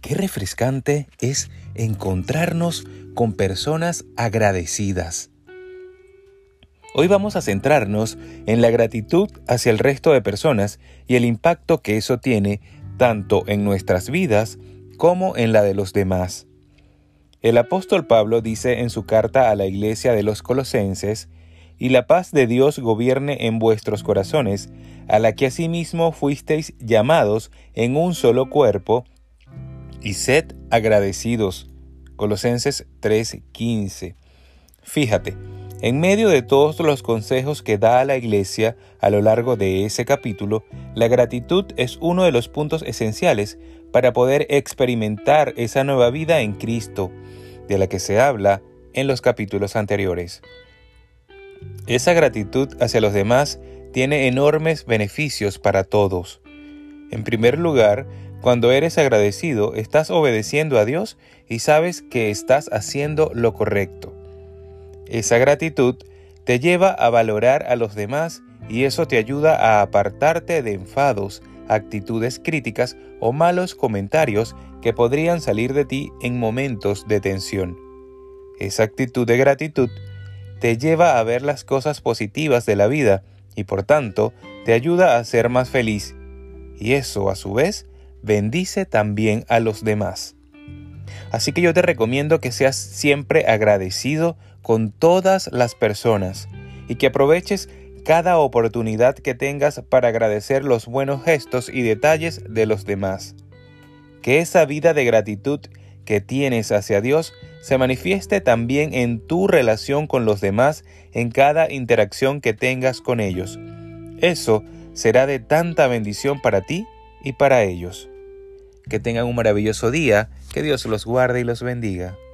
Qué refrescante es encontrarnos con personas agradecidas. Hoy vamos a centrarnos en la gratitud hacia el resto de personas y el impacto que eso tiene tanto en nuestras vidas como en la de los demás. El apóstol Pablo dice en su carta a la iglesia de los Colosenses: «Y la paz de Dios gobierne en vuestros corazones, a la que asimismo fuisteis llamados en un solo cuerpo, y sed agradecidos». Colosenses 3:15. Fíjate, en medio de todos los consejos que da a la iglesia a lo largo de ese capítulo, la gratitud es uno de los puntos esenciales para poder experimentar esa nueva vida en Cristo, de la que se habla en los capítulos anteriores. Esa gratitud hacia los demás tiene enormes beneficios para todos. En primer lugar, cuando eres agradecido, estás obedeciendo a Dios y sabes que estás haciendo lo correcto. Esa gratitud te lleva a valorar a los demás y eso te ayuda a apartarte de enfados, actitudes críticas o malos comentarios que podrían salir de ti en momentos de tensión. Esa actitud de gratitud te lleva a ver las cosas positivas de la vida y por tanto te ayuda a ser más feliz. Y eso, a su vez, bendice también a los demás. Así que yo te recomiendo que seas siempre agradecido con todas las personas y que aproveches cada oportunidad que tengas para agradecer los buenos gestos y detalles de los demás. Que esa vida de gratitud que tienes hacia Dios se manifieste también en tu relación con los demás en cada interacción que tengas con ellos. Eso será de tanta bendición para ti y para ellos. Que tengan un maravilloso día, que Dios los guarde y los bendiga.